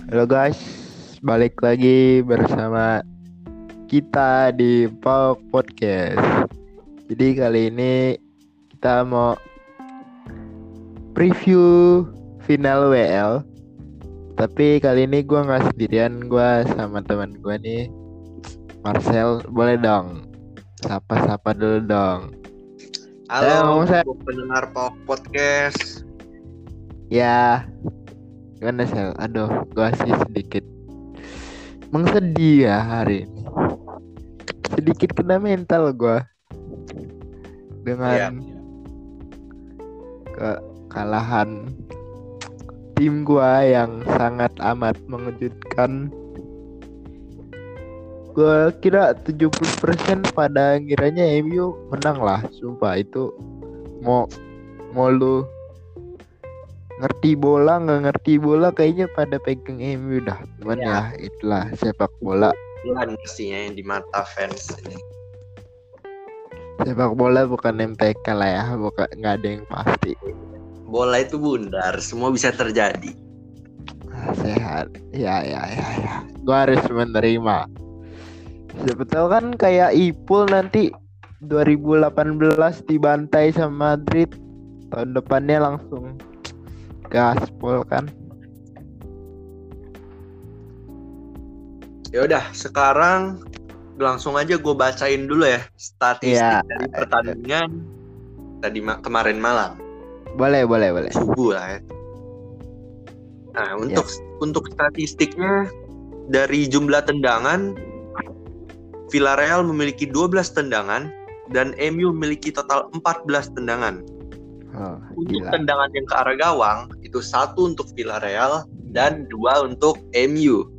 Halo guys, balik lagi bersama kita di Pau Podcast. Jadi kali ini kita mau preview final WL. Tapi kali ini gue nggak sendirian, gue sama teman gue nih, Marcel. Boleh dong, sapa-sapa dulu dong. Halo, pendengar Pau Podcast. Ya, gimana Sel? Aduh, gue sih sedikit sedih ya hari ini. Sedikit kena mental gue dengan kekalahan tim gue yang sangat amat mengejutkan. Gue kira 70% pada ngiranya MU menang lah. Sumpah itu mau lu ngerti bola nggak ngerti bola kayaknya pada pegang MU dah. Cuman ya itulah sepak bola. Bulan pastinya yang di mata fans ini. Sepak bola bukan MTK lah ya, bukan, nggak ada yang pasti. Bola itu bundar, semua bisa terjadi. Sehat, ya. Gua harus menerima. Siapa tahu kan kayak Ipul nanti 2018 dibantai sama Madrid, tahun depannya langsung gaspol kan. Ya udah, sekarang langsung aja gue bacain dulu ya statistik dari pertandingan tadi kemarin malam. Boleh. Subuh lah ya. Nah, untuk statistiknya dari jumlah tendangan, Villarreal memiliki 12 tendangan dan MU memiliki total 14 tendangan. Untuk tendangan yang ke arah gawang itu 1 untuk Villarreal dan 2 untuk MU.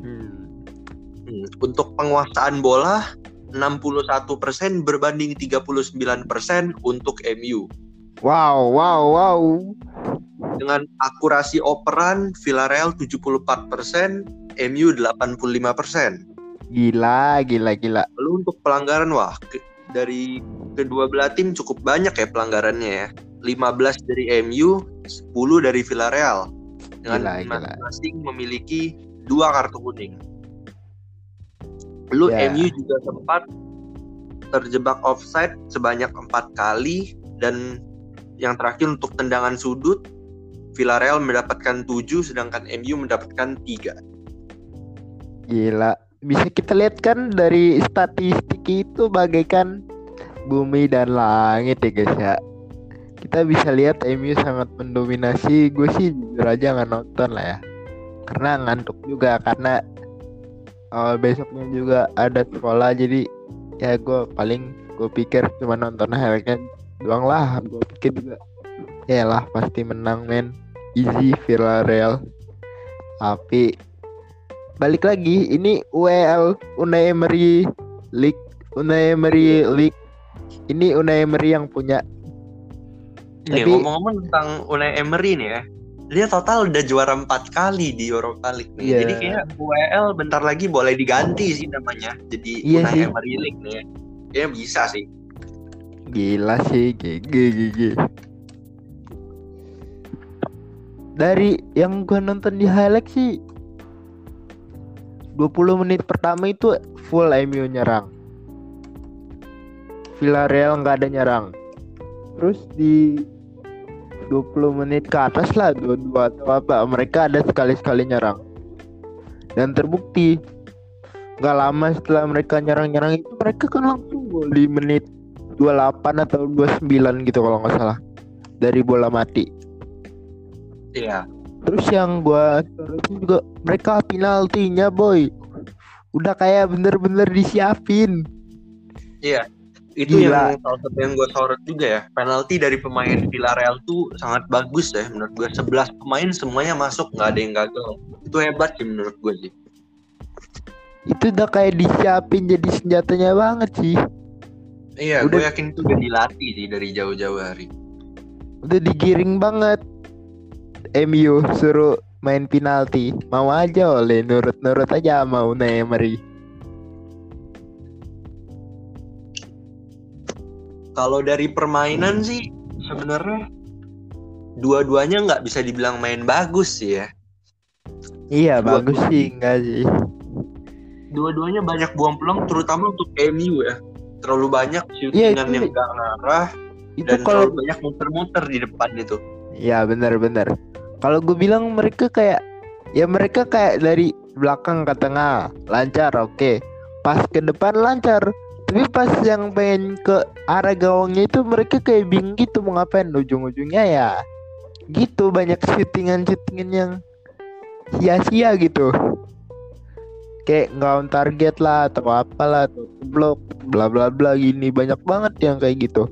Untuk penguasaan bola 61% berbanding 39% untuk MU. Wow. Dengan akurasi operan Villarreal 74%, MU 85%. Gila. Lalu untuk pelanggaran, dari kedua belah tim cukup banyak ya pelanggarannya ya. 15 dari MU, 10 dari Villarreal. Dengan masing-masing memiliki 2 kartu kuning. Lalu MU juga sempat terjebak offside sebanyak 4 kali. Dan yang terakhir untuk tendangan sudut, Villarreal mendapatkan 7 sedangkan MU mendapatkan 3. Gila. Bisa kita lihat kan dari statistik itu bagaikan bumi dan langit ya guys ya. Kita bisa lihat MU sangat mendominasi. Gue sih jujur aja nggak nonton lah ya, karena ngantuk juga, karena besoknya juga ada sekolah. Jadi ya gue pikir cuma nonton highlightnya doang lah. Gue pikir juga ya lah pasti menang men, easy Villarreal. Tapi balik lagi, ini UEL Unai Emery League. Ini Unai Emery yang punya. Nih, ngomong-ngomong tentang Unai Emery nih ya, dia total udah juara 4 kali di Europa League nih. Jadi kayak UEL bentar lagi boleh diganti sih namanya, jadi Unai Emery League nih ya. Kayaknya bisa sih. Gila sih, GG. Dari yang gue nonton di highlight sih, 20 menit pertama itu full MU nyerang, Villarreal nggak ada nyerang. Terus di 20 menit ke atas lah, 22 atau apa, mereka ada sekali-sekali nyerang. Dan terbukti nggak lama setelah mereka nyerang itu, mereka kan langsung gol di menit 28 atau 29 gitu kalau nggak salah, dari bola mati. Iya. Terus yang gue juga, mereka penaltinya boy udah kayak bener-bener disiapin. Iya. Itu yang salah satu yang gue sorot juga ya. Penalti dari pemain Villarreal tuh sangat bagus ya menurut gue. 11 pemain semuanya masuk, nggak ada yang gagal. Itu hebat sih menurut gue sih. Itu udah kayak disiapin jadi senjatanya banget sih. Iya, gue yakin itu udah dilatih sih dari jauh-jauh hari. Udah digiring banget. MU suruh main penalti, mau aja oleh nurut aja mau Unai Emery. Kalau dari permainan sih sebenarnya dua-duanya nggak bisa dibilang main bagus sih ya. Iya bagus sih, enggak sih. Dua-duanya banyak buang peluang, terutama untuk MU ya. Terlalu banyak shootingan yang gak ngarah dan terlalu banyak muter-muter di depan itu. Iya benar-benar. Kalau gue bilang mereka kayak dari belakang ke tengah lancar, oke. Pas ke depan lancar. Tapi pas yang pengen ke arah gawangnya itu mereka kayak bingung gitu mau ngapain. Ujung-ujungnya ya gitu, banyak shootingan yang sia-sia gitu. Kayak nggak on target lah atau apalah, atau blok bla bla bla gini, banyak banget yang kayak gitu.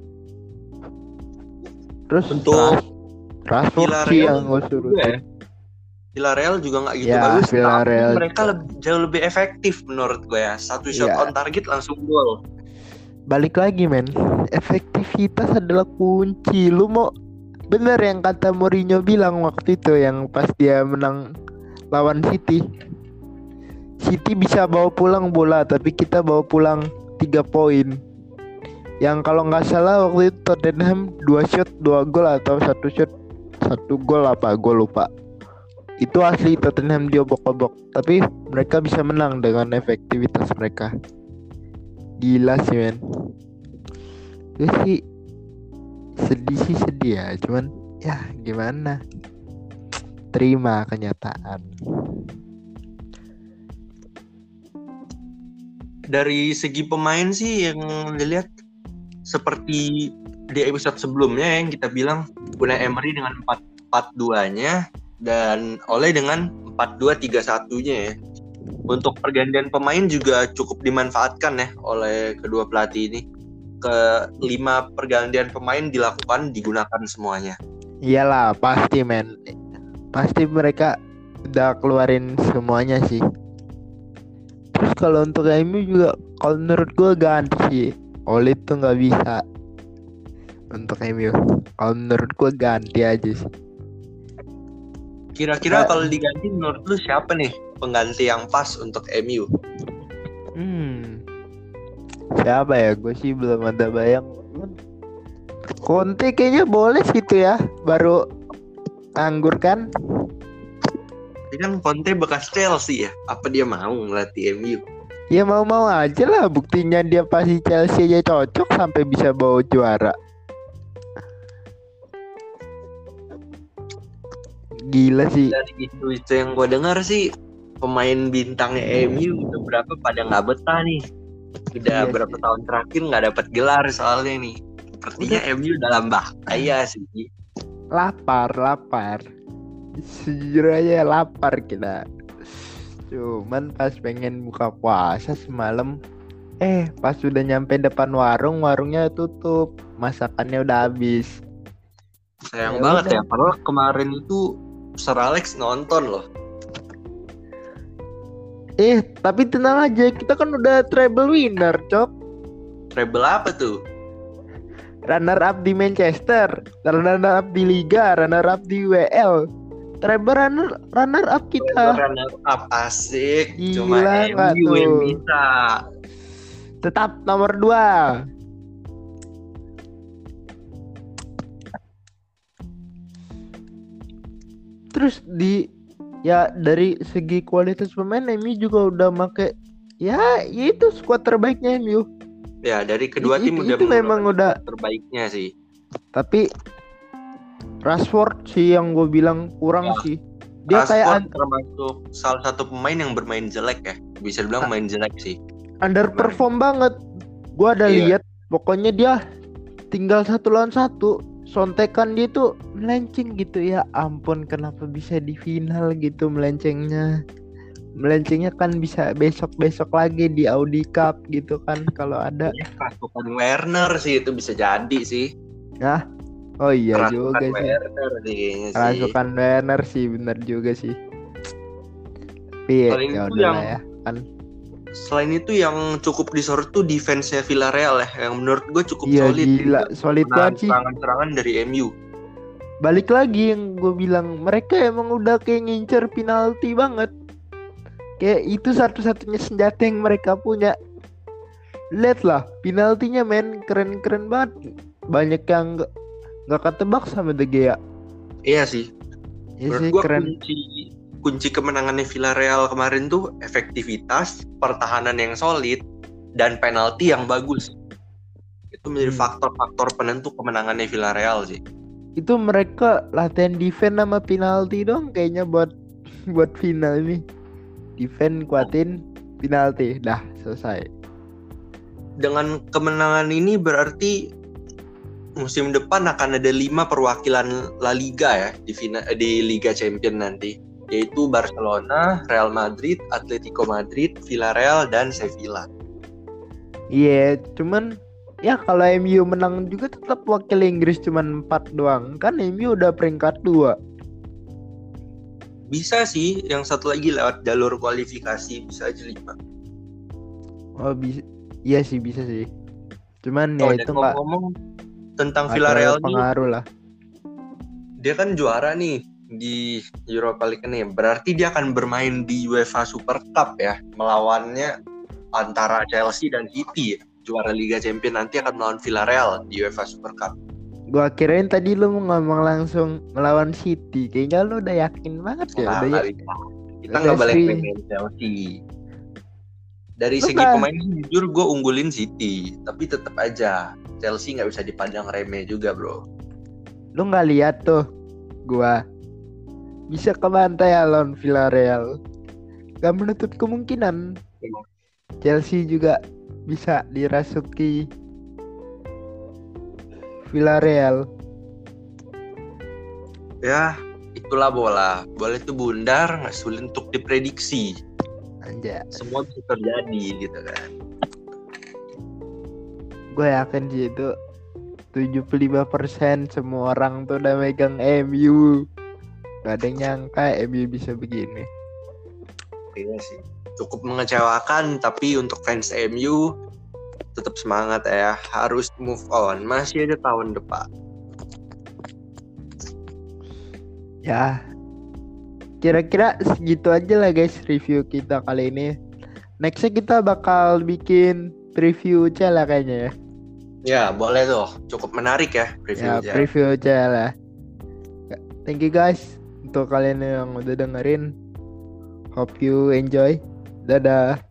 Terus untuk Rashford sih yang gue suruh ya. Villarreal juga nggak gitu bagus, tapi mereka jauh lebih efektif menurut gue ya. Satu shot on target langsung gol. Balik lagi men, efektivitas adalah kunci. Lu mau bener yang kata Mourinho bilang waktu itu yang pas dia menang lawan City bisa bawa pulang bola, tapi kita bawa pulang 3 poin. Yang kalau nggak salah waktu itu Tottenham 2 shot 2 gol atau 1 shot 1 gol apa, gue lupa. Itu asli Tottenham diobok-obok, tapi mereka bisa menang dengan efektivitas mereka. Gila sih men. Gue sih sedih ya, cuman ya gimana, terima kenyataan. Dari segi pemain sih yang dilihat seperti di episode sebelumnya yang kita bilang, Unai Emery dengan 4-4-2-nya dan Ole dengan 4-2-3-1-nya ya. Untuk pergantian pemain juga cukup dimanfaatkan ya oleh kedua pelatih ini. Ke-5 pergantian pemain digunakan semuanya. Iyalah pasti men. Pasti mereka udah keluarin semuanya sih. Terus kalau untuk MU juga, kalau menurut gue ganti sih. Ole tuh nggak bisa untuk MU. Kalau menurut gue ganti aja sih. Kira-kira kalau diganti menurut lu siapa nih pengganti yang pas untuk MU? Siapa ya? Gue sih belum ada bayang. Conte kayaknya boleh gitu ya. Baru nganggur kan? Ini kan Conte bekas Chelsea ya. Apa dia mau ngelatih MU? Ya mau-mau aja lah. Buktinya dia pasti Chelsea aja cocok sampai bisa bawa juara. Gila sih. Dari itu yang gue dengar sih, pemain bintangnya MU udah berapa pada nggak betah nih. Udah berapa tahun terakhir nggak dapat gelar soalnya nih. Sepertinya MU dalam bahaya sih. Lapar. Sejujurnya lapar kita. Cuman pas pengen buka puasa semalam, pas udah nyampe depan warungnya tutup, masakannya udah habis. Sayang banget ya, padahal kemarin itu Sir Alex nonton loh. Tapi tenang aja, kita kan udah treble winner, Cok. Treble apa tuh? Runner up di Manchester, runner up di Liga, runner up di WL. Treble runner up kita. Runner up asik. Gila, cuma MU yang bisa. Tetap nomor 2. Terus dari segi kualitas pemain MU juga udah make itu skuad terbaiknya MU. Ya dari kedua tim itu memang udah terbaiknya sih. Tapi Rashford sih yang gue bilang kurang sih. Dia Rashford termasuk salah satu pemain yang bermain jelek ya. Bisa dibilang main jelek sih. Underperform banget. Gue ada lihat, pokoknya dia tinggal 1 lawan 1. Sontekan dia tuh melenceng gitu, ya ampun, kenapa bisa di final gitu melencengnya kan bisa besok lagi di Audi Cup gitu kan kalau ada. Kerasukan Werner sih itu bisa jadi sih. Nah, oh iya kerasukan juga sih. Kerasukan Werner sih benar juga sih. Tapi ya udahlah ya kan. Selain itu yang cukup disorot tuh defense-nya Villarreal ya, yang menurut gue cukup solid. Gila, solid banget sih. Serangan-serangan dari MU. Balik lagi yang gue bilang, mereka emang udah kayak ngincer penalti banget. Kayak itu satu-satunya senjata yang mereka punya. Lihat lah, penaltinya men, keren-keren banget. Banyak yang gak ketebak sama De Gea. Iya sih. Iya sih, keren. kunci kemenangannya Villarreal kemarin tuh efektivitas, pertahanan yang solid, dan penalti yang bagus. Itu menjadi faktor-faktor penentu kemenangannya Villarreal sih. Itu mereka latihan defense sama penalti dong kayaknya buat final ini. Defense kuatin, penalti, dah selesai. Dengan kemenangan ini berarti musim depan akan ada 5 perwakilan La Liga ya di Liga Champions nanti, yaitu Barcelona, Real Madrid, Atletico Madrid, Villarreal, dan Sevilla. Iya, cuman ya kalau MU menang juga tetap wakil Inggris cuman 4 doang. Kan MU udah peringkat 2. Bisa sih, yang satu lagi lewat jalur kualifikasi bisa aja 5. Oh bisa, iya sih bisa sih. Cuman ya itu nggak ngomong tentang Villarreal nih, pengaruh lah. Dia kan juara nih di Europa League ini, berarti dia akan bermain di UEFA Super Cup ya, melawannya antara Chelsea dan City. Juara Liga Champions nanti akan melawan Villarreal di UEFA Super Cup. Gua kirain tadi lu mau ngomong langsung melawan City. Kayaknya lu udah yakin banget ya. Kita nggak boleh main Chelsea. Dari segi pemain jujur gue unggulin City, tapi tetap aja Chelsea nggak bisa dipandang remeh juga bro. Lu nggak lihat tuh, gua bisa kebantai lawan Villarreal. Gak menutup kemungkinan Chelsea juga bisa dirasuki Villarreal. Ya, itulah bola. Bola itu bundar, nggak sulit untuk diprediksi. Anjay. Semua bisa terjadi gitu kan. Gue yakin sih itu 75% semua orang tuh udah megang MU. Gak ada yang nyangka MU bisa begini. Iya sih. Cukup mengecewakan, tapi untuk fans MU tetap semangat ya, harus move on, masih ada tahun depan. Ya, kira-kira segitu aja lah guys review kita kali ini. Nextnya kita bakal bikin preview Cela kayaknya ya. Ya boleh tuh, cukup menarik ya preview Cela. Thank you guys untuk kalian yang udah dengerin. Hope you enjoy. Dadah.